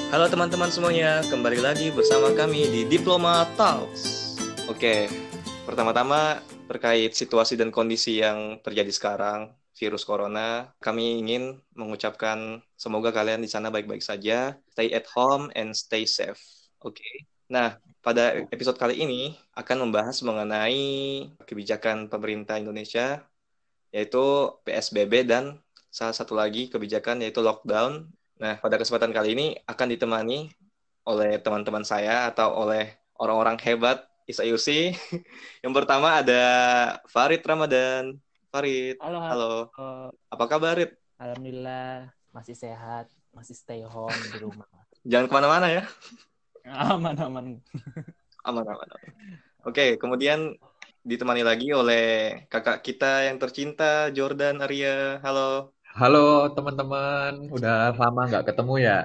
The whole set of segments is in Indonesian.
Halo teman-teman semuanya, kembali lagi bersama kami di Diploma Talks. Oke, pertama-tama terkait situasi dan kondisi yang terjadi sekarang, virus corona, kami ingin mengucapkan semoga kalian di sana baik-baik saja, stay at home and stay safe. Oke. Nah, pada episode kali ini akan membahas mengenai kebijakan pemerintah Indonesia, yaitu PSBB dan salah satu lagi kebijakan yaitu lockdown. Nah, pada kesempatan kali ini akan ditemani oleh teman-teman saya atau oleh orang-orang hebat ISAIUSI. Yang pertama ada Farid Ramadan. Farid, Halo, halo. halo. Apa kabar, Farid? Alhamdulillah masih sehat, masih stay home di rumah. Jangan kemana-mana ya. Aman-aman. Aman-aman. Oke, kemudian ditemani lagi oleh kakak kita yang tercinta, Jordan Arya. Halo. Halo teman-teman, udah lama nggak ketemu ya.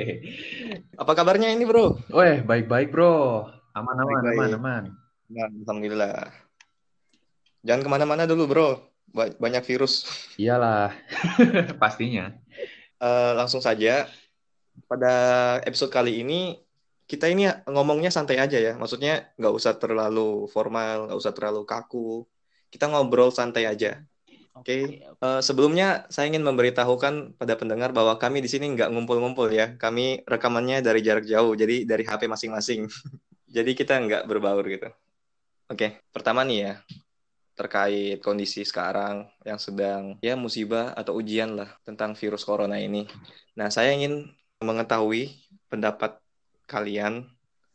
Apa kabarnya ini, bro? Weh, baik-baik bro, aman aman aman Baik-baik. aman. Nah, alhamdulillah. Jangan kemana-mana dulu, bro. Banyak virus. Iyalah, pastinya. Langsung saja, pada episode kali ini, kita ini ngomongnya santai aja ya. Maksudnya nggak usah terlalu formal, nggak usah terlalu kaku. Kita ngobrol santai aja. Oke. Sebelumnya, saya ingin memberitahukan pada pendengar bahwa kami di sini nggak ngumpul-ngumpul ya. Kami rekamannya dari jarak jauh, jadi dari HP masing-masing. Jadi kita nggak berbaur gitu. Oke, pertama nih ya, terkait kondisi sekarang yang sedang ya musibah atau ujian lah tentang virus corona ini. Nah, saya ingin mengetahui pendapat kalian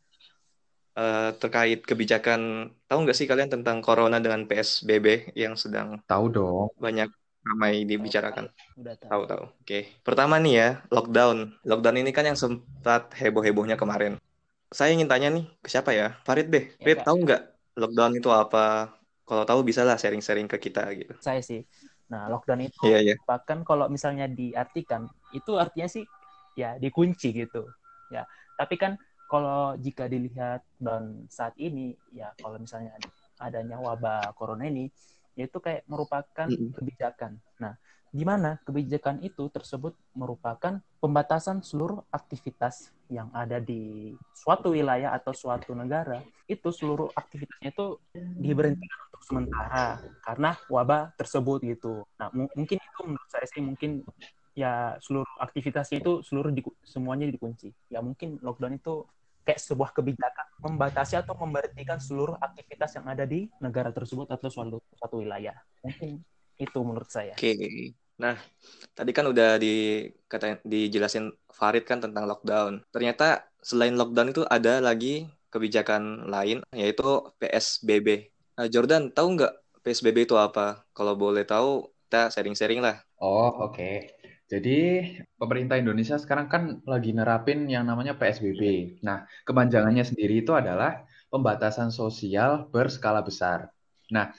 terkait kebijakan. Tahu nggak sih kalian tentang corona dengan PSBB yang sedang Tahu dong. banyak ramai dibicarakan? Udah tahu. Tahu-tahu. Oke. Pertama nih ya, lockdown. Lockdown ini kan yang sempat heboh-hebohnya kemarin. Saya ingin tanya nih ke siapa ya? Farid deh. Ya, Farid, Kak. tahu nggak lockdown itu apa? Kalau tahu bisa lah sharing-sharing ke kita gitu. Saya sih. Nah, lockdown itu Iya, iya. bahkan kalau misalnya diartikan, itu artinya sih ya dikunci gitu. Ya, tapi kan kalau jika dilihat dan saat ini, ya kalau misalnya adanya wabah corona ini, yaitu kayak merupakan Mm-mm. kebijakan. Nah, di mana kebijakan itu tersebut merupakan pembatasan seluruh aktivitas yang ada di suatu wilayah atau suatu negara, itu seluruh aktivitasnya itu diberhentikan untuk sementara karena wabah tersebut gitu. Nah, mungkin itu menurut saya sih mungkin ya seluruh aktivitasnya itu semuanya dikunci. Ya mungkin lockdown itu kayak sebuah kebijakan membatasi atau memberhentikan seluruh aktivitas yang ada di negara tersebut atau suatu wilayah. Mungkin itu menurut saya. Oke. Nah, tadi kan udah dijelasin Farid kan tentang lockdown. Ternyata selain lockdown itu ada lagi kebijakan lain, yaitu PSBB. Nah, Jordan, tahu nggak PSBB itu apa? Kalau boleh tahu, kita sharing-sharing lah. Oh, oke. Jadi pemerintah Indonesia sekarang kan lagi nerapin yang namanya PSBB. Nah, kepanjangannya sendiri itu adalah pembatasan sosial berskala besar. Nah,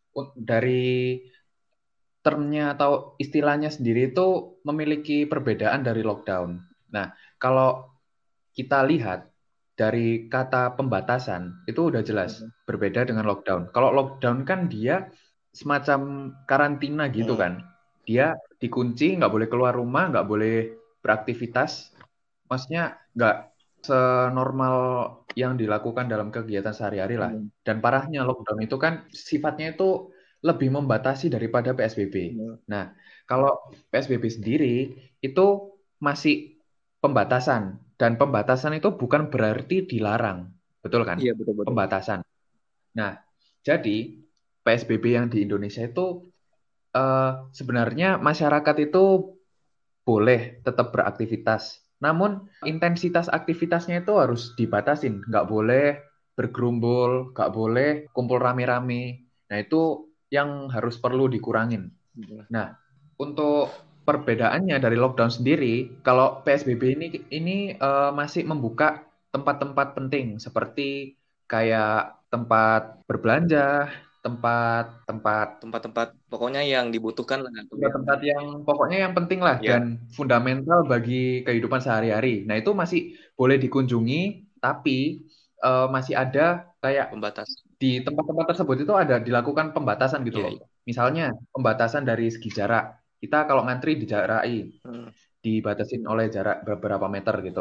dari termnya atau istilahnya sendiri itu memiliki perbedaan dari lockdown. Nah, kalau kita lihat dari kata pembatasan itu udah jelas berbeda dengan lockdown. Kalau lockdown kan dia semacam karantina gitu kan. Dia dikunci, nggak boleh keluar rumah, nggak boleh beraktivitas. Maksudnya nggak senormal yang dilakukan dalam kegiatan sehari-hari lah. Dan parahnya lockdown itu kan sifatnya itu lebih membatasi daripada PSBB. Nah, kalau PSBB sendiri itu masih pembatasan. Dan pembatasan itu bukan berarti dilarang. Betul kan? Iya, betul-betul. Pembatasan. Nah, jadi PSBB yang di Indonesia itu sebenarnya masyarakat itu boleh tetap beraktivitas. Namun intensitas aktivitasnya itu harus dibatasin. Nggak boleh bergerumbul, nggak boleh kumpul rame-rame. Nah, itu yang harus perlu dikurangin. Nah, untuk perbedaannya dari lockdown sendiri, kalau PSBB ini masih membuka tempat-tempat penting seperti kayak tempat berbelanja, Tempat-tempat pokoknya yang dibutuhkan lah. tempat yang pokoknya yang penting lah Ya, dan fundamental bagi kehidupan sehari-hari. Nah, itu masih boleh dikunjungi, tapi masih ada kayak pembatas. di tempat-tempat tersebut itu ada dilakukan pembatasan gitu Iya, loh. iya. Misalnya pembatasan dari segi jarak. Kita kalau ngantri dijaraki, Hmm. dibatasin oleh jarak beberapa meter gitu.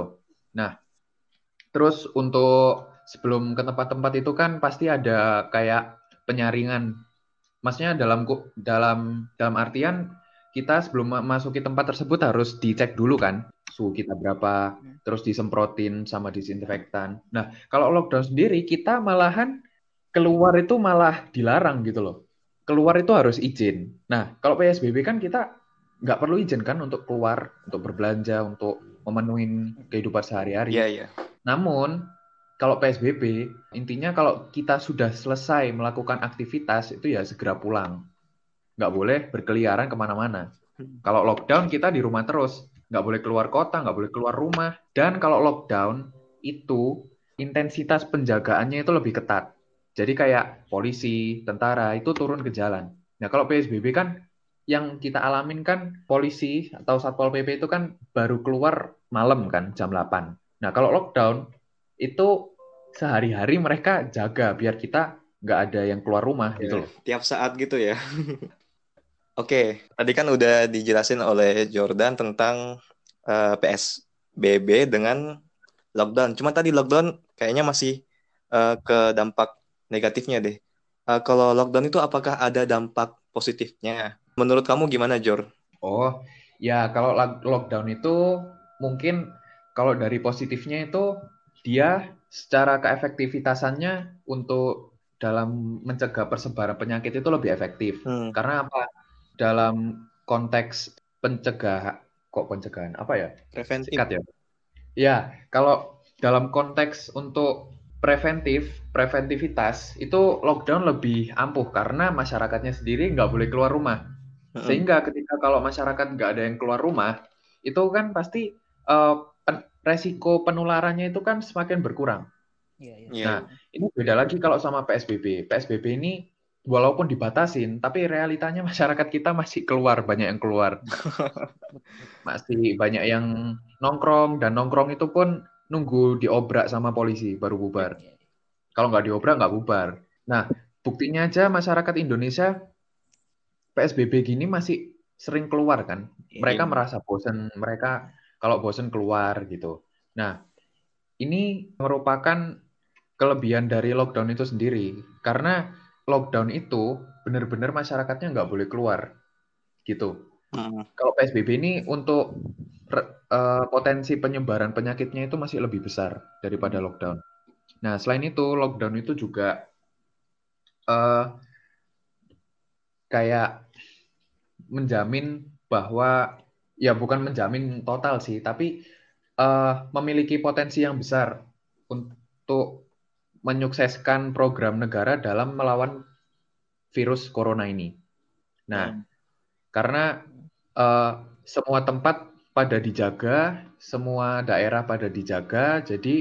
Nah, terus untuk sebelum ke tempat-tempat itu kan pasti ada kayak penyaringan. Maksudnya dalam artian kita sebelum masuki tempat tersebut harus dicek dulu kan suhu kita berapa, terus disemprotin sama disinfektan. Nah, kalau lockdown sendiri kita malahan keluar itu malah dilarang gitu loh. Keluar itu harus izin. Nah, kalau PSBB kan kita nggak perlu izin kan untuk keluar, untuk berbelanja, untuk memenuhi kehidupan Iya, sehari-hari. iya. Namun, kalau PSBB, intinya kalau kita sudah selesai melakukan aktivitas, itu ya segera pulang. Nggak boleh berkeliaran kemana-mana. Kalau lockdown, kita di rumah terus. Nggak boleh keluar kota, nggak boleh keluar rumah. Dan kalau lockdown, itu intensitas penjagaannya itu lebih ketat. Jadi kayak polisi, tentara, itu turun ke jalan. Nah, kalau PSBB kan, yang kita alamin kan polisi atau Satpol PP itu kan baru keluar malam kan, jam 8. Nah, kalau lockdown, itu sehari-hari mereka jaga biar kita nggak ada yang keluar rumah gitu loh. Tiap saat gitu ya. Oke, tadi kan udah dijelasin oleh Jordan tentang PSBB dengan lockdown. Cuma tadi lockdown kayaknya masih ke dampak negatifnya deh. Kalau lockdown itu apakah ada dampak positifnya? Menurut kamu gimana, Jor? Oh, ya kalau lockdown itu mungkin kalau dari positifnya itu dia secara keefektivitasannya untuk dalam mencegah persebaran penyakit itu lebih efektif. Karena apa? Dalam konteks pencegahan apa ya? Preventif. Singkat ya. Ya, kalau dalam konteks untuk preventivitas itu lockdown lebih ampuh karena masyarakatnya sendiri nggak boleh keluar rumah. Sehingga ketika kalau masyarakat nggak ada yang keluar rumah, itu kan pasti resiko penularannya itu kan semakin berkurang. Nah, ini beda lagi kalau sama PSBB. PSBB ini walaupun dibatasin, tapi realitanya masyarakat kita masih keluar, banyak yang keluar. Masih banyak yang nongkrong, dan nongkrong itu pun nunggu diobrak sama polisi baru bubar. Kalau nggak diobrak, nggak bubar. Nah, buktinya aja masyarakat Indonesia PSBB gini masih sering keluar kan. Mereka merasa bosan, mereka kalau bosan keluar gitu. Nah, ini merupakan kelebihan dari lockdown itu sendiri. Karena lockdown itu benar-benar masyarakatnya nggak boleh keluar gitu. Kalau PSBB ini untuk potensi penyebaran penyakitnya itu masih lebih besar daripada lockdown. Nah, selain itu, lockdown itu juga kayak menjamin bahwa, ya bukan menjamin total sih, tapi memiliki potensi yang besar untuk menyukseskan program negara dalam melawan virus corona ini. Nah, karena semua tempat pada dijaga, semua daerah pada dijaga, jadi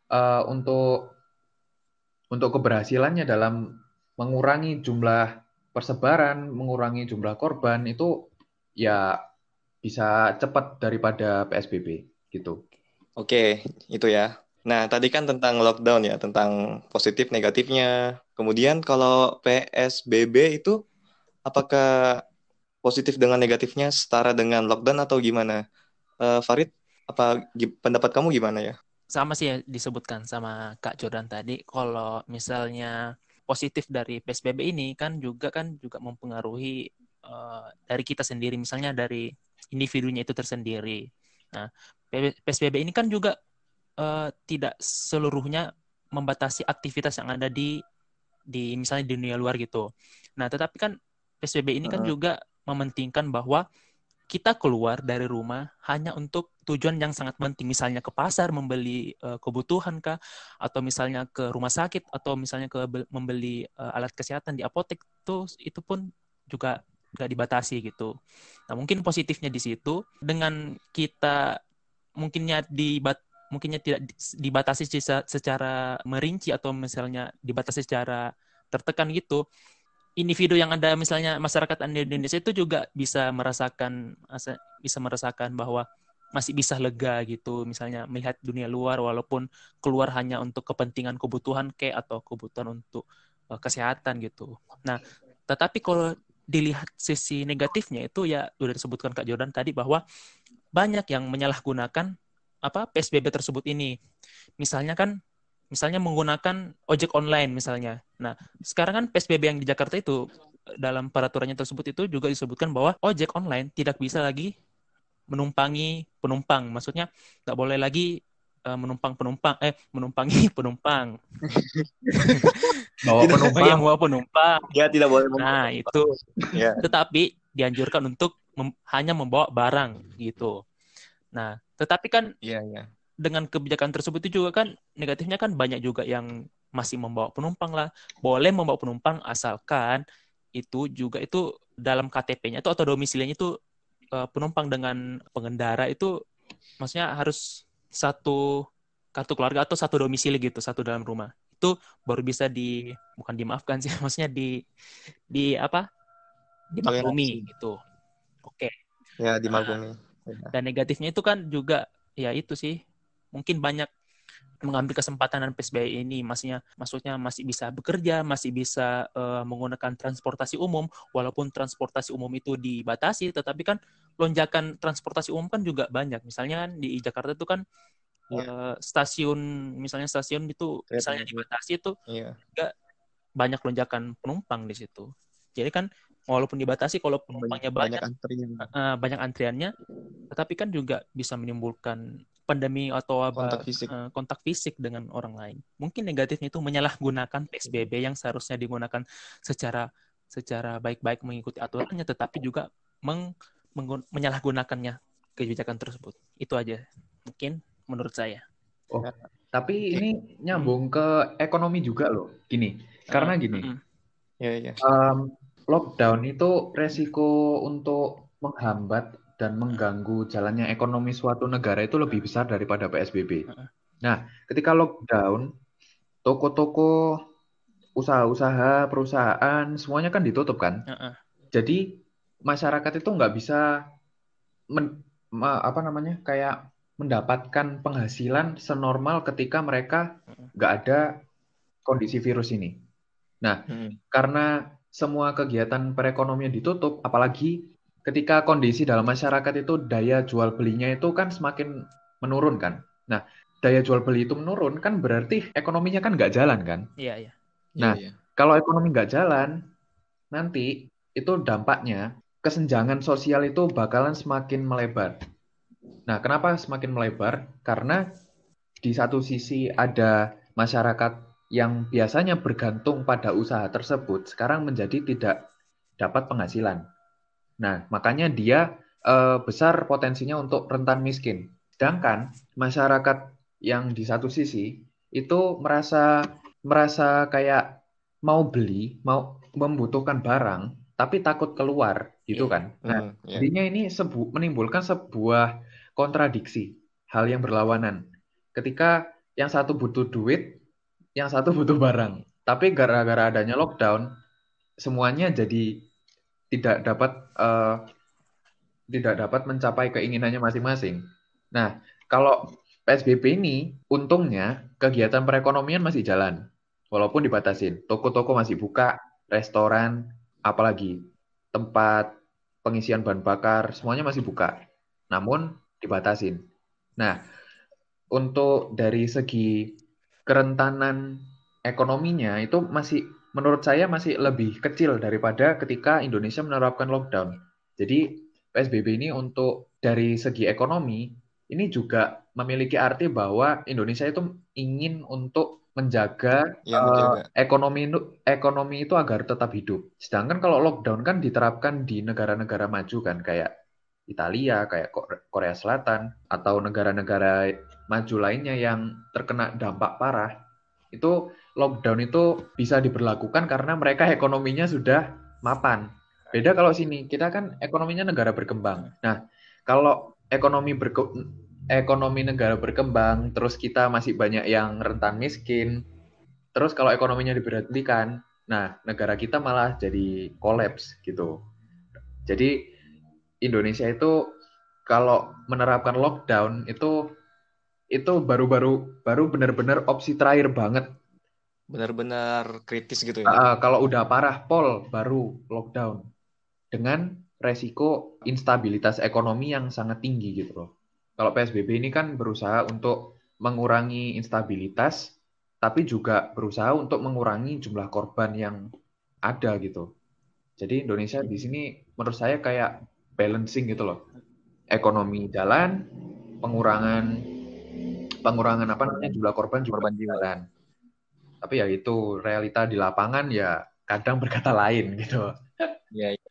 untuk keberhasilannya dalam mengurangi jumlah persebaran, mengurangi jumlah korban itu ya bisa cepat daripada PSBB gitu. Oke, itu ya. Nah, tadi kan tentang lockdown ya, tentang positif negatifnya. Kemudian kalau PSBB itu apakah positif dengan negatifnya setara dengan lockdown atau gimana? Farid, pendapat kamu gimana ya? Sama sih ya disebutkan sama Kak Jordan tadi, kalau misalnya positif dari PSBB ini kan juga mempengaruhi dari kita sendiri, misalnya dari individunya itu tersendiri. Nah, PSBB ini kan juga tidak seluruhnya membatasi aktivitas yang ada di misalnya di dunia luar gitu. Nah, tetapi kan PSBB ini kan juga mementingkan bahwa kita keluar dari rumah hanya untuk tujuan yang sangat penting, misalnya ke pasar membeli kebutuhan kah, atau misalnya ke rumah sakit, atau misalnya membeli alat kesehatan di apotek, itu pun juga nggak dibatasi gitu. Nah, mungkin positifnya di situ, dengan kita mungkinnya tidak dibatasi secara merinci, atau misalnya dibatasi secara tertekan gitu, individu yang ada misalnya masyarakat Indonesia itu juga bisa merasakan bahwa masih bisa lega gitu, misalnya melihat dunia luar walaupun keluar hanya untuk kepentingan kebutuhan atau kebutuhan untuk kesehatan gitu. Nah, tetapi kalau dilihat sisi negatifnya itu ya udah disebutkan Kak Jordan tadi, bahwa banyak yang menyalahgunakan PSBB tersebut ini. Misalnya menggunakan ojek online misalnya. Nah, sekarang kan PSBB yang di Jakarta itu dalam peraturannya tersebut itu juga disebutkan bahwa ojek online tidak bisa lagi menumpangi penumpang. Maksudnya nggak boleh lagi menumpangi penumpang. Bawa Tidak. Oh penumpang. yang bawa penumpang. Ya, tidak boleh Nah, itu. Ya. Tetapi dianjurkan untuk hanya membawa barang gitu. Nah, tetapi kan Iya. dengan kebijakan tersebut itu juga kan negatifnya kan banyak juga yang masih membawa penumpang lah. Boleh membawa penumpang asalkan itu dalam KTP-nya itu atau domisilinya itu penumpang dengan pengendara itu maksudnya harus satu kartu keluarga atau satu domisili gitu, satu dalam rumah. Itu baru bisa bukan dimaafkan sih, maksudnya dimaklumi Toleransi. gitu. Oke. Ya, Nah, dimaklumi. Ya. dan negatifnya itu kan juga ya itu sih mungkin banyak mengambil kesempatan dan PSBB ini maksudnya masih bisa bekerja, masih bisa menggunakan transportasi umum walaupun transportasi umum itu dibatasi tetapi kan lonjakan transportasi umum kan juga banyak. Misalnya kan di Jakarta itu kan stasiun itu Kereta misalnya api. dibatasi itu Iya. juga banyak lonjakan penumpang di situ. Jadi kan walaupun dibatasi kalau penumpangnya Banyak banyak antrian. banyak antriannya tetapi kan juga bisa menimbulkan pandemi atau Kontak fisik. kontak fisik dengan orang lain. Mungkin negatifnya itu menyalahgunakan PSBB yang seharusnya digunakan secara baik-baik mengikuti aturannya, tetapi juga menyalahgunakannya kebijakan tersebut. Itu aja mungkin menurut saya. Oh, Ya. tapi Oke. ini nyambung ke ekonomi juga loh. Gini, karena gini, Ya. lockdown itu resiko untuk menghambat dan mengganggu jalannya ekonomi suatu negara itu lebih besar daripada PSBB. Nah, ketika lockdown, toko-toko, usaha-usaha, perusahaan, semuanya kan ditutup kan. Jadi masyarakat itu nggak bisa kayak mendapatkan penghasilan senormal ketika mereka nggak ada kondisi virus ini. Nah, karena semua kegiatan perekonomian ditutup, apalagi ketika kondisi dalam masyarakat itu daya jual belinya itu kan semakin menurun kan. Nah, daya jual beli itu menurun kan berarti ekonominya kan nggak jalan kan. Iya. Nah, kalau ekonomi nggak jalan, nanti itu dampaknya kesenjangan sosial itu bakalan semakin melebar. Nah, kenapa semakin melebar? Karena di satu sisi ada masyarakat yang biasanya bergantung pada usaha tersebut, sekarang menjadi tidak dapat penghasilan. Nah, makanya dia besar potensinya untuk rentan miskin. Sedangkan masyarakat yang di satu sisi itu merasa kayak mau beli, mau membutuhkan barang, tapi takut keluar, gitu kan. Nah, jadinya ini menimbulkan sebuah kontradiksi, hal yang berlawanan. Ketika yang satu butuh duit, yang satu butuh barang. Tapi gara-gara adanya lockdown, semuanya jadi tidak dapat mencapai keinginannya masing-masing. Nah, kalau PSBB ini, untungnya kegiatan perekonomian masih jalan, walaupun dibatasin. Toko-toko masih buka, restoran, apalagi tempat pengisian bahan bakar, semuanya masih buka. Namun dibatasin. Nah, untuk dari segi kerentanan ekonominya itu menurut saya masih lebih kecil daripada ketika Indonesia menerapkan lockdown. Jadi PSBB ini untuk dari segi ekonomi ini juga memiliki arti bahwa Indonesia itu ingin untuk menjaga ekonomi itu agar tetap hidup. Sedangkan kalau lockdown kan diterapkan di negara-negara maju kan kayak Italia, kayak Korea Selatan atau negara-negara maju lainnya yang terkena dampak parah. Itu lockdown itu bisa diberlakukan karena mereka ekonominya sudah mapan. Beda kalau sini, kita kan ekonominya negara berkembang. Nah, kalau ekonomi negara berkembang, terus kita masih banyak yang rentan miskin, terus kalau ekonominya diberhentikan, nah negara kita malah jadi kolaps gitu. Jadi Indonesia itu kalau menerapkan lockdown itu baru benar-benar opsi terakhir banget. Benar-benar kritis gitu ya. Kalau udah parah pol baru lockdown dengan resiko instabilitas ekonomi yang sangat tinggi gitu loh. Kalau PSBB ini kan berusaha untuk mengurangi instabilitas, tapi juga berusaha untuk mengurangi jumlah korban yang ada gitu. Jadi Indonesia di sini menurut saya kayak balancing gitu loh. Ekonomi jalan, pengurangan pengurangan apa namanya jumlah korban juga Korban jiwa. jalan. Tapi ya itu realita di lapangan ya kadang berkata lain gitu. Ya, ya.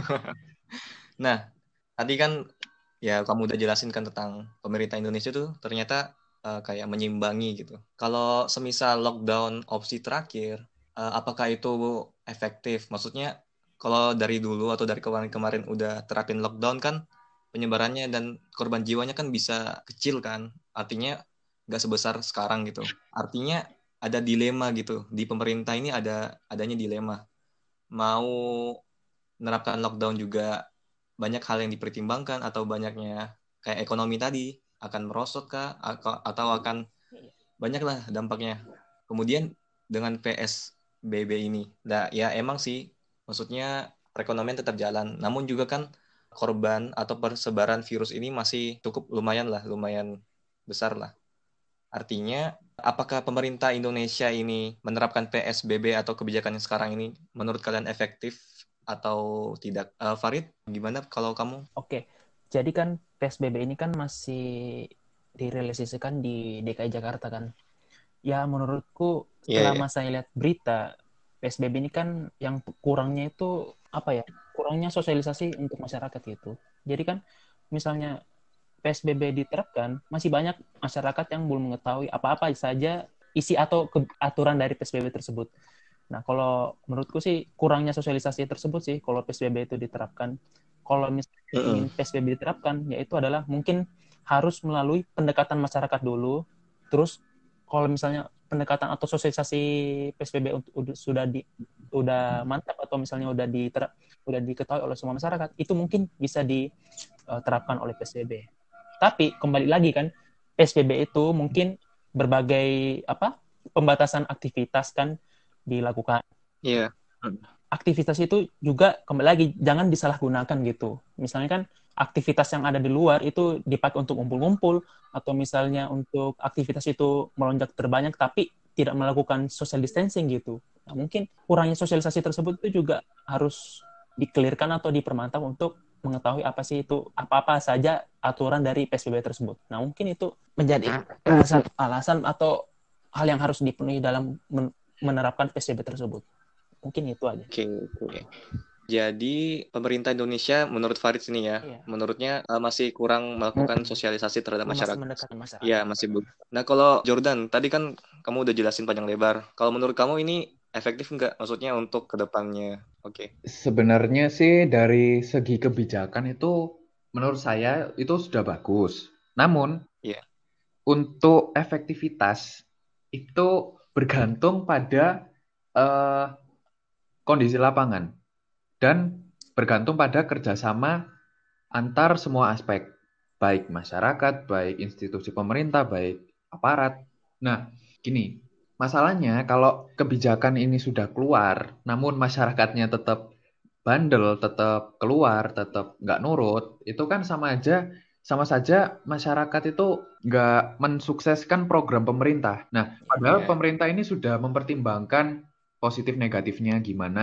Nah, tadi kan ya kamu udah jelasin kan tentang pemerintah Indonesia tuh ternyata kayak menyimbangi gitu. Kalau semisal lockdown opsi terakhir, apakah itu efektif? Maksudnya kalau dari dulu atau dari kemarin-kemarin udah terapin lockdown kan penyebarannya dan korban jiwanya kan bisa kecil kan. Artinya nggak sebesar sekarang gitu. Artinya ada dilema gitu. Di pemerintah ini adanya dilema. Mau menerapkan lockdown juga banyak hal yang dipertimbangkan atau banyaknya kayak ekonomi tadi akan merosot kah atau akan banyaklah dampaknya. Kemudian dengan PSBB ini, ya emang sih, maksudnya perekonomian tetap jalan. Namun juga kan korban atau persebaran virus ini masih cukup lumayan besar lah. Artinya, apakah pemerintah Indonesia ini menerapkan PSBB atau kebijakan yang sekarang ini menurut kalian efektif atau tidak? Farid, gimana kalau kamu? Oke, jadi kan PSBB ini kan masih direalisasikan di DKI Jakarta kan. Ya menurutku Iya, iya. selama saya lihat berita PSBB ini kan yang kurangnya itu apa ya? Kurangnya sosialisasi untuk masyarakat gitu. Jadi kan misalnya PSBB diterapkan, masih banyak masyarakat yang belum mengetahui apa-apa saja isi atau aturan dari PSBB tersebut. Nah, kalau menurutku sih kurangnya sosialisasi tersebut sih kalau PSBB itu diterapkan. Kalau misalnya ingin PSBB diterapkan, yaitu adalah mungkin harus melalui pendekatan masyarakat dulu. Terus kalau misalnya pendekatan atau sosialisasi PSBB sudah mantap atau misalnya udah diketahui oleh semua masyarakat, itu mungkin bisa diterapkan oleh PSBB. Tapi kembali lagi kan PSBB itu mungkin berbagai pembatasan aktivitas kan dilakukan. Iya. Aktivitas itu juga kembali lagi jangan disalahgunakan gitu. Misalnya kan aktivitas yang ada di luar itu dipakai untuk ngumpul-ngumpul atau misalnya untuk aktivitas itu melonjak terbanyak tapi tidak melakukan social distancing gitu. Nah, mungkin kurangnya sosialisasi tersebut itu juga harus dikelirkan atau dipermantap untuk mengetahui apa sih itu apa-apa saja aturan dari PSBB tersebut. Nah, mungkin itu menjadi alasan atau hal yang harus dipenuhi dalam menerapkan PSBB tersebut. Mungkin itu aja. Oke. Jadi pemerintah Indonesia menurut Farid ini ya, Iya. menurutnya masih kurang melakukan sosialisasi terhadap Masih masyarakat. mendekatkan masyarakat. Iya, masih belum. Nah, kalau Jordan, tadi kan kamu udah jelasin panjang lebar. Kalau menurut kamu ini efektif nggak? Maksudnya untuk ke depannya. Oke. Sebenarnya sih dari segi kebijakan itu menurut saya itu sudah bagus. Namun Iya. untuk efektivitas itu bergantung pada eh, kondisi lapangan dan bergantung pada kerjasama antar semua aspek, baik masyarakat, baik institusi pemerintah, baik aparat. Nah, gini, masalahnya kalau kebijakan ini sudah keluar, namun masyarakatnya tetap bandel, tetap keluar, tetap nggak nurut, itu kan sama saja masyarakat itu nggak mensukseskan program pemerintah. Nah, padahal Iya. pemerintah ini sudah mempertimbangkan positif negatifnya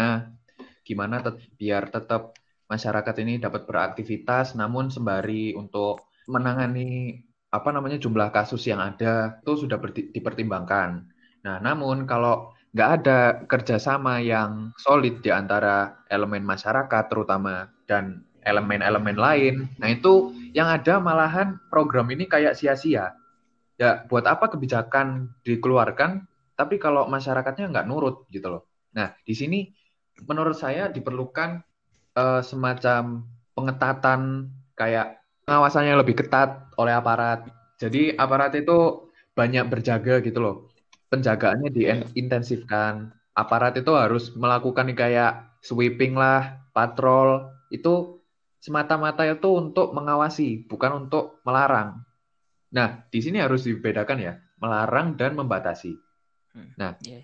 gimana biar tetap masyarakat ini dapat beraktivitas, namun sembari untuk menangani apa namanya jumlah kasus yang ada itu sudah dipertimbangkan. Nah, namun kalau nggak ada kerjasama yang solid di antara elemen masyarakat terutama dan elemen-elemen lain, nah itu yang ada malahan program ini kayak sia-sia. Ya, buat apa kebijakan dikeluarkan, tapi kalau masyarakatnya nggak nurut gitu loh. Nah, di sini menurut saya diperlukan semacam pengetatan kayak pengawasannya lebih ketat oleh aparat. Jadi aparat itu banyak berjaga gitu loh. Penjagaannya Iya. diintensifkan. Aparat itu harus melakukan kayak sweeping lah, patrol. Itu semata-mata itu untuk mengawasi, bukan untuk melarang. Nah, di sini harus dibedakan ya, melarang dan membatasi. Nah, Yeah.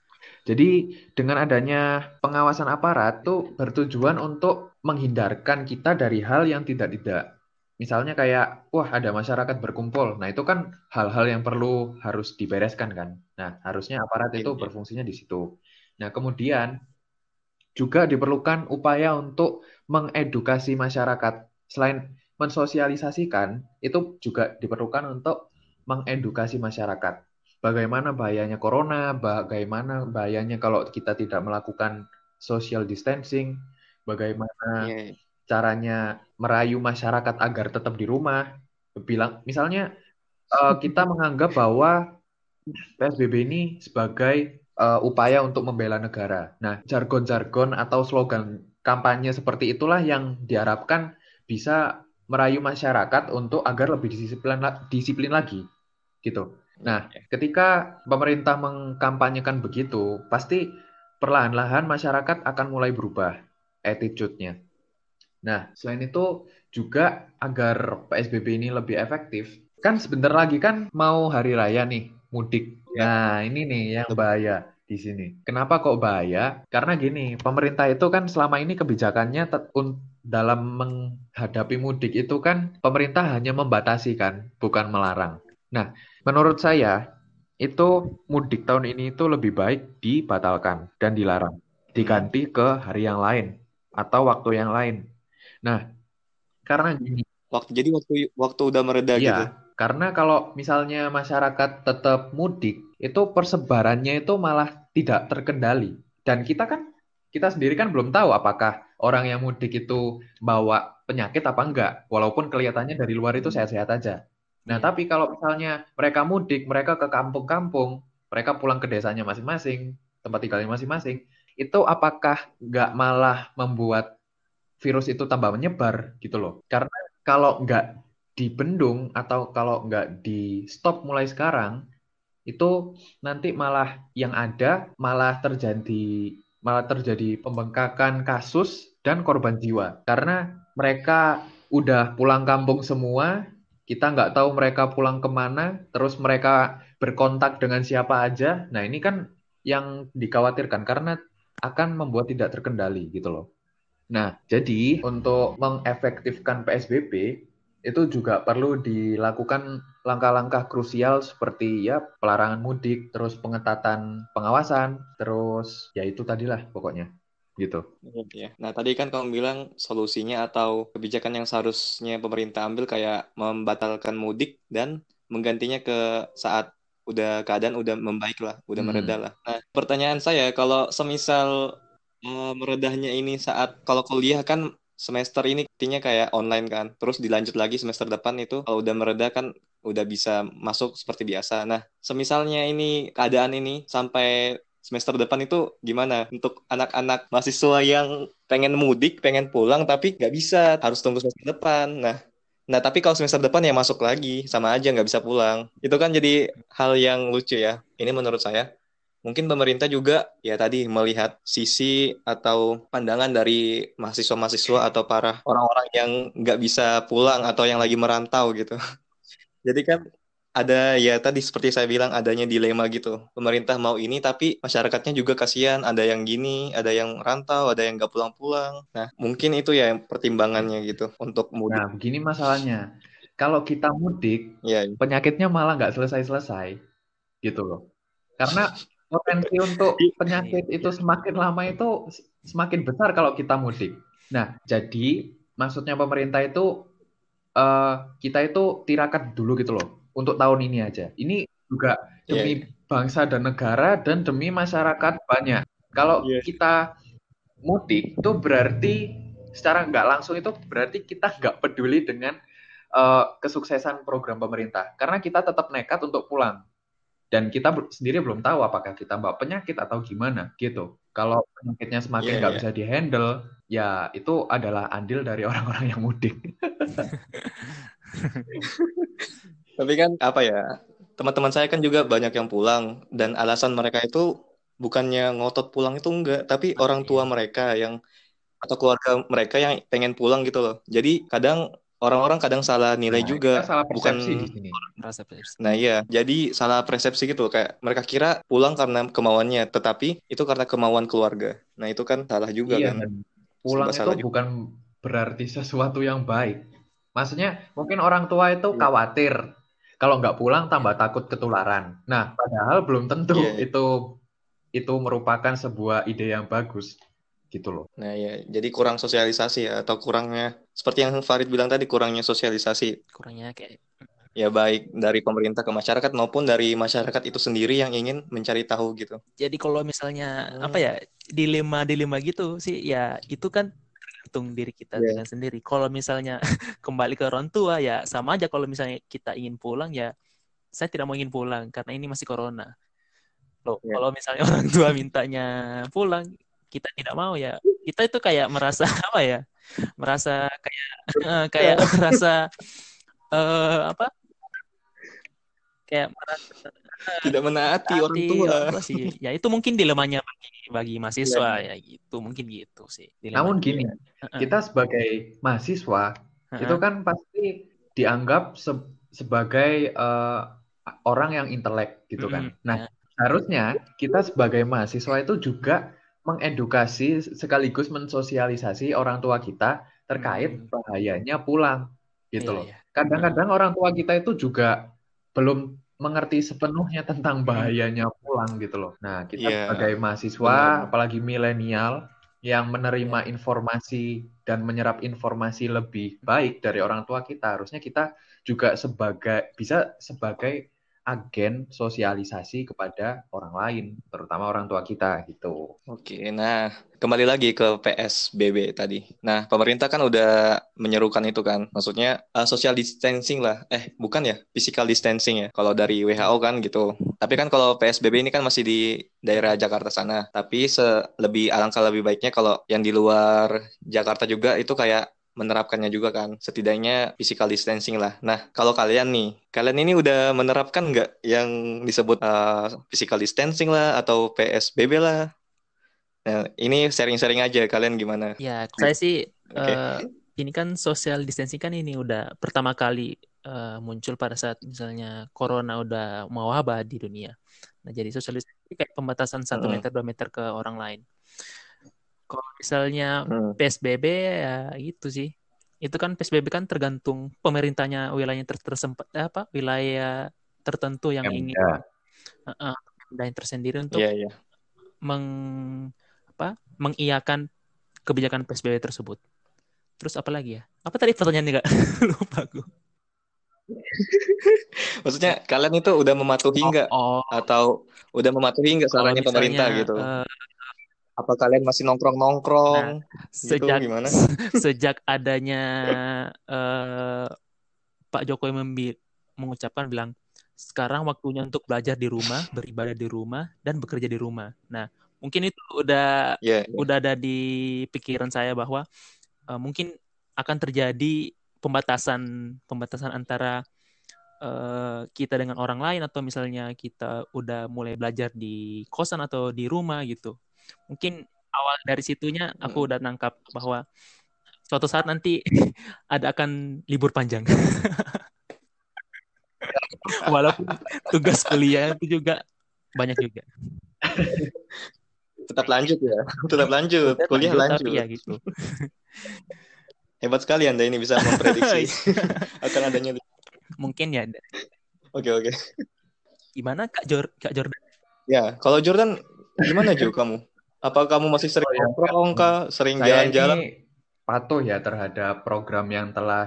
jadi dengan adanya pengawasan aparat itu bertujuan untuk menghindarkan kita dari hal yang tidak-tidak. misalnya kayak, wah ada masyarakat berkumpul. Nah itu kan hal-hal yang harus dibereskan kan. Nah harusnya aparat itu Iya. berfungsinya di situ. Nah kemudian juga diperlukan upaya untuk mengedukasi masyarakat. Selain mensosialisasikan, itu juga diperlukan untuk mengedukasi masyarakat. Bagaimana bahayanya corona, bagaimana bahayanya kalau kita tidak melakukan social distancing, bagaimana Iya. caranya merayu masyarakat agar tetap di rumah. Misalnya kita menganggap bahwa PSBB ini sebagai upaya untuk membela negara. Nah, jargon-jargon atau slogan kampanye seperti itulah yang diharapkan bisa merayu masyarakat untuk agar lebih disiplin lagi, gitu. Nah, Iya. ketika pemerintah mengkampanyekan begitu, pasti perlahan-lahan masyarakat akan mulai berubah attitude-nya. Nah, selain itu juga agar PSBB ini lebih efektif, kan sebentar lagi kan mau hari raya nih, mudik. Iya. Nah, ini nih yang bahaya di sini. Kenapa kok bahaya? Karena gini, pemerintah itu kan selama ini kebijakannya dalam menghadapi mudik itu kan pemerintah hanya membatasi kan, bukan melarang. Nah, menurut saya itu mudik tahun ini itu lebih baik dibatalkan dan dilarang, Hmm. diganti ke hari yang lain atau waktu yang lain. Nah, karena gini, Waktu udah mereda iya, gitu. karena kalau misalnya masyarakat tetap mudik, itu persebarannya itu malah tidak terkendali. Dan kita sendiri kan belum tahu apakah orang yang mudik itu bawa penyakit apa enggak, walaupun kelihatannya dari luar itu Hmm. sehat-sehat aja. Nah, Iya. tapi kalau misalnya mereka mudik, mereka ke kampung-kampung, mereka pulang ke desanya masing-masing, tempat tinggalnya masing-masing, itu apakah nggak malah membuat virus itu tambah menyebar gitu loh. Karena kalau nggak dibendung atau kalau nggak di stop mulai sekarang, itu nanti yang ada malah terjadi pembengkakan kasus dan korban jiwa. Karena mereka udah pulang kampung semua, kita nggak tahu mereka pulang kemana, terus mereka berkontak dengan siapa aja. Nah, ini kan yang dikhawatirkan karena akan membuat tidak terkendali gitu loh. Nah, jadi untuk mengefektifkan PSBB itu juga perlu dilakukan langkah-langkah krusial seperti ya pelarangan mudik, terus pengetatan pengawasan, terus ya itu tadilah pokoknya gitu. Iya. Nah, tadi kan kamu bilang solusinya atau kebijakan yang seharusnya pemerintah ambil kayak membatalkan mudik dan menggantinya ke saat keadaan udah membaik lah, udah mereda Hmm. lah. Nah, pertanyaan saya, kalau semisal meredahnya ini saat kalau kuliah kan semester ini intinya kayak online kan, terus dilanjut lagi semester depan itu kalau udah mereda kan udah bisa masuk seperti biasa. Nah, semisalnya ini keadaan ini sampai semester depan itu gimana untuk anak-anak mahasiswa yang pengen mudik, pengen pulang tapi nggak bisa, harus tunggu semester depan. Nah, tapi kalau semester depan ya masuk lagi, sama aja nggak bisa pulang. Itu kan jadi hal yang lucu ya. Ini menurut saya. Mungkin pemerintah juga ya tadi melihat sisi atau pandangan dari mahasiswa-mahasiswa atau para orang-orang yang nggak bisa pulang atau yang lagi merantau gitu. Jadi kan ada ya tadi seperti saya bilang adanya dilema gitu. Pemerintah mau ini tapi masyarakatnya juga kasihan. Ada yang gini, ada yang rantau, ada yang nggak pulang-pulang. Nah, mungkin itu ya yang pertimbangannya gitu untuk Nah, mudik. begini masalahnya. Kalau kita mudik, Ya, penyakitnya malah nggak selesai-selesai gitu loh. Karena potensi untuk Iya. penyakit itu Iya. semakin lama itu semakin besar kalau kita mudik. Nah, jadi maksudnya pemerintah itu eh, kita itu tirakat dulu gitu loh untuk tahun ini aja. Ini juga demi iya, bangsa dan negara dan demi masyarakat banyak. Kalau iya. kita mudik itu berarti secara nggak langsung itu berarti kita nggak peduli dengan kesuksesan program pemerintah karena kita tetap nekat untuk pulang dan kita sendiri belum tahu apakah kita bawa penyakit atau gimana gitu. Kalau penyakitnya Iya, semakin nggak iya. bisa dihandle, ya itu adalah andil dari orang-orang yang mudik. Tapi kan apa ya? Teman-teman saya kan juga banyak yang pulang dan alasan mereka itu bukannya ngotot pulang itu enggak, tapi orang tua Iya. mereka yang atau keluarga mereka yang pengen pulang gitu loh. Jadi kadang orang-orang kadang salah nilai Nah, juga, kita salah bukan. persepsi di sini. Rasa persepsi. Nah iya, jadi salah persepsi gitu kayak mereka kira pulang karena kemauannya, tetapi itu karena kemauan keluarga. Nah itu kan salah juga Iya, kan, dan pulang serba itu salah juga. bukan berarti sesuatu yang baik. Maksudnya mungkin orang tua itu Iya. khawatir kalau nggak pulang tambah Ya. takut ketularan. Nah, padahal belum tentu Iya. itu merupakan sebuah ide yang bagus gitu loh. Nah, ya, jadi kurang sosialisasi ya, atau kurangnya, seperti yang Farid bilang tadi, kurangnya sosialisasi, Kurangnya kayak ya baik dari pemerintah ke masyarakat maupun dari masyarakat itu sendiri yang ingin mencari tahu gitu. jadi kalau misalnya apa Hmm, ya, dilema gitu sih ya, itu kan tergantung diri kita ya, dengan sendiri. Kalau misalnya kembali ke orang tua ya sama aja, kalau misalnya kita ingin pulang ya saya tidak mau ingin pulang karena ini masih corona. Loh, ya. kalau misalnya orang tua mintanya pulang, kita tidak mau ya. Kita itu kayak merasa apa ya? Merasa kayak kayak Ya, merasa apa? Kayak merasa tidak menaati orang hati orang tua. tua sih. Ya itu mungkin dilemanya bagi Iya, mahasiswa iya. ya gitu. Mungkin gitu sih Namun dilemanya. gini, Iya. Heeh, kita sebagai mahasiswa itu heeh. kan pasti dianggap sebagai orang yang intelek gitu Mm-mm, kan. Nah, ya. harusnya kita sebagai mahasiswa itu juga mengedukasi sekaligus mensosialisasi orang tua kita terkait Mm, bahayanya pulang gitu iya loh. ya. Heeh, Kadang-kadang orang tua kita itu juga belum mengerti sepenuhnya tentang mm-mm, bahayanya pulang gitu loh. Nah, kita Iya, sebagai mahasiswa, benar-benar. apalagi milenial, yang ya. menerima informasi dan menyerap informasi lebih baik dari orang tua kita, harusnya kita juga bisa sebagai agen sosialisasi kepada orang lain, terutama orang tua kita gitu. Oke, nah kembali lagi ke PSBB tadi. Nah, pemerintah kan udah menyerukan itu kan, maksudnya social distancing lah. Bukan ya, physical distancing ya. Kalau dari WHO Mm, kan gitu. Tapi kan kalau PSBB ini kan masih di daerah Jakarta sana. Tapi alangkah lebih baiknya kalau yang di luar Jakarta juga itu kayak menerapkannya juga kan. Setidaknya physical distancing lah. Nah, kalau kalian nih, kalian ini udah menerapkan nggak yang disebut physical distancing lah atau PSBB lah? Nah, ini sharing-sharing aja kalian gimana? Ya, saya sih Oke. ini kan social distancing kan ini udah pertama kali muncul pada saat misalnya corona udah mewabah di dunia. Nah, jadi social distancing kayak pembatasan 1 meter Mm-mm. 2 meter ke orang lain. Kalau misalnya Mm. PSBB ya itu sih. Itu kan PSBB kan tergantung pemerintahnya, wilayahnya tersempat apa wilayah tertentu yang ingin Pemda. dan tersendiri untuk Iya, iya. meng apa mengiyakan kebijakan PSBB tersebut. Terus apa lagi ya? Apa tadi pertanyaannya kak? Lupa aku. Maksudnya kalian itu udah mematuhi Oh, nggak? oh, Atau udah mematuhi nggak kalau sarannya misalnya pemerintah gitu? Apa kalian masih nongkrong-nongkrong nah gitu? sejak Gimana? sejak adanya eh, Pak Jokowi mengucapkan bilang sekarang waktunya untuk belajar di rumah, beribadah di rumah, dan bekerja di rumah. Nah, mungkin itu Iya, iya. udah ada di pikiran saya bahwa mungkin akan terjadi pembatasan pembatasan antara kita dengan orang lain, atau misalnya kita udah mulai belajar di kosan atau di rumah gitu. Mungkin awal dari situnya aku Mm. udah nangkap bahwa suatu saat nanti ada akan libur panjang. Walaupun tugas kuliah itu juga banyak juga. Tetap lanjut ya. Tetap lanjut. Udah Kuliah lanjut tapi ya lanjut. gitu. Hebat sekali Anda ini bisa memprediksi akan adanya. Mungkin ya. Oke, oke. Gimana Kak Jordan? Ya, kalau Jordan gimana Jo kamu? Apa kamu masih sering Oh ya, nongkrong kah? Sering saya ini jalan-jalan? patuh ya terhadap program yang telah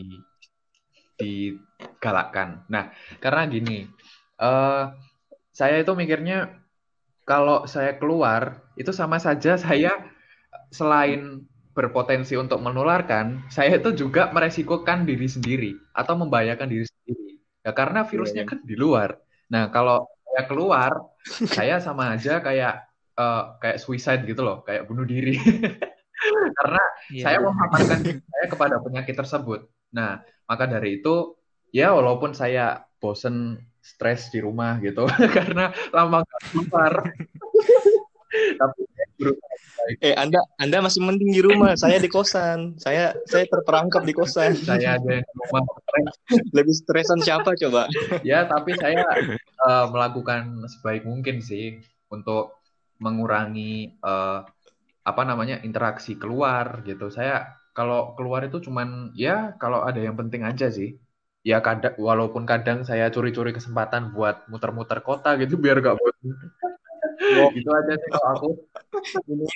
digalakkan. Nah, karena gini, eh saya itu mikirnya kalau saya keluar itu sama saja saya selain berpotensi untuk menularkan, saya itu juga meresikokan diri sendiri atau membahayakan diri sendiri. Ya karena Iya, virusnya iya. kan di luar. Nah, kalau saya keluar, saya sama aja kayak suicide gitu loh, kayak bunuh diri. Karena Iya, saya iya. memaparkan diri saya kepada penyakit tersebut. Nah, maka dari itu, ya walaupun saya bosen stres di rumah gitu, karena lama nggak keluar, tapi saya berusaha baik. Anda masih mending di rumah, saya di kosan. Saya terperangkap di kosan. Saya ada yang di rumah stres. Lebih stresan siapa coba? Ya, tapi saya melakukan sebaik mungkin sih untuk mengurangi apa namanya interaksi keluar gitu. Saya Kalau keluar itu cuman ya kalau ada yang penting aja sih. Ya walaupun kadang saya curi-curi kesempatan buat muter-muter kota gitu biar gak bosan. Oh, Itu aja sih kalau aku. ini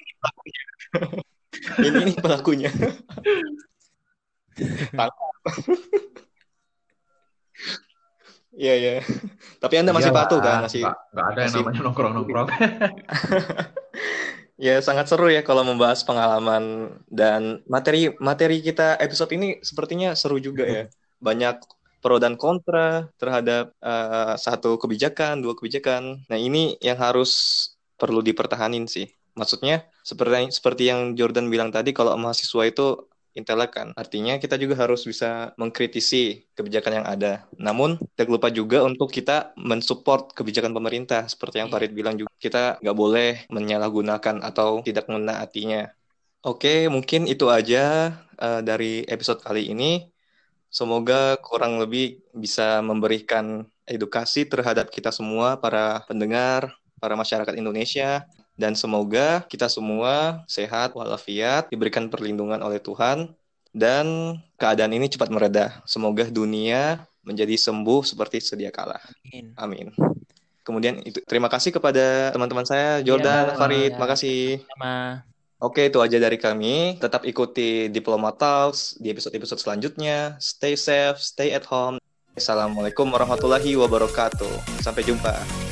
ini pelakunya. Tangkap. Iya, iya. Tapi Anda masih patuh kan? Iyalah, nggak ada yang Masih namanya nongkrong-nongkrong. ya sangat seru ya kalau membahas pengalaman dan materi kita episode ini sepertinya seru juga ya. Banyak pro dan kontra terhadap satu kebijakan, dua kebijakan. Nah, ini yang harus perlu dipertahanin sih. Maksudnya seperti yang Jordan bilang tadi, kalau mahasiswa itu intelek kan. Artinya kita juga harus bisa mengkritisi kebijakan yang ada. Namun, tidak lupa juga untuk kita mensupport kebijakan pemerintah. Seperti yang Farid bilang juga, kita nggak boleh menyalahgunakan atau tidak menaatinya. Oke, mungkin itu aja dari episode kali ini. Semoga kurang lebih bisa memberikan edukasi terhadap kita semua, para pendengar, para masyarakat Indonesia. Dan semoga kita semua sehat walafiat, diberikan perlindungan oleh Tuhan, dan keadaan ini cepat mereda. Semoga dunia menjadi sembuh seperti sedia kala. Amin. Amin. Kemudian terima kasih kepada teman-teman saya, Jordan, Farid, makasih. Sama. Oke, itu aja dari kami. Tetap ikuti Diploma Talks di episode-episode selanjutnya. Stay safe, stay at home. Assalamualaikum warahmatullahi wabarakatuh. Sampai jumpa.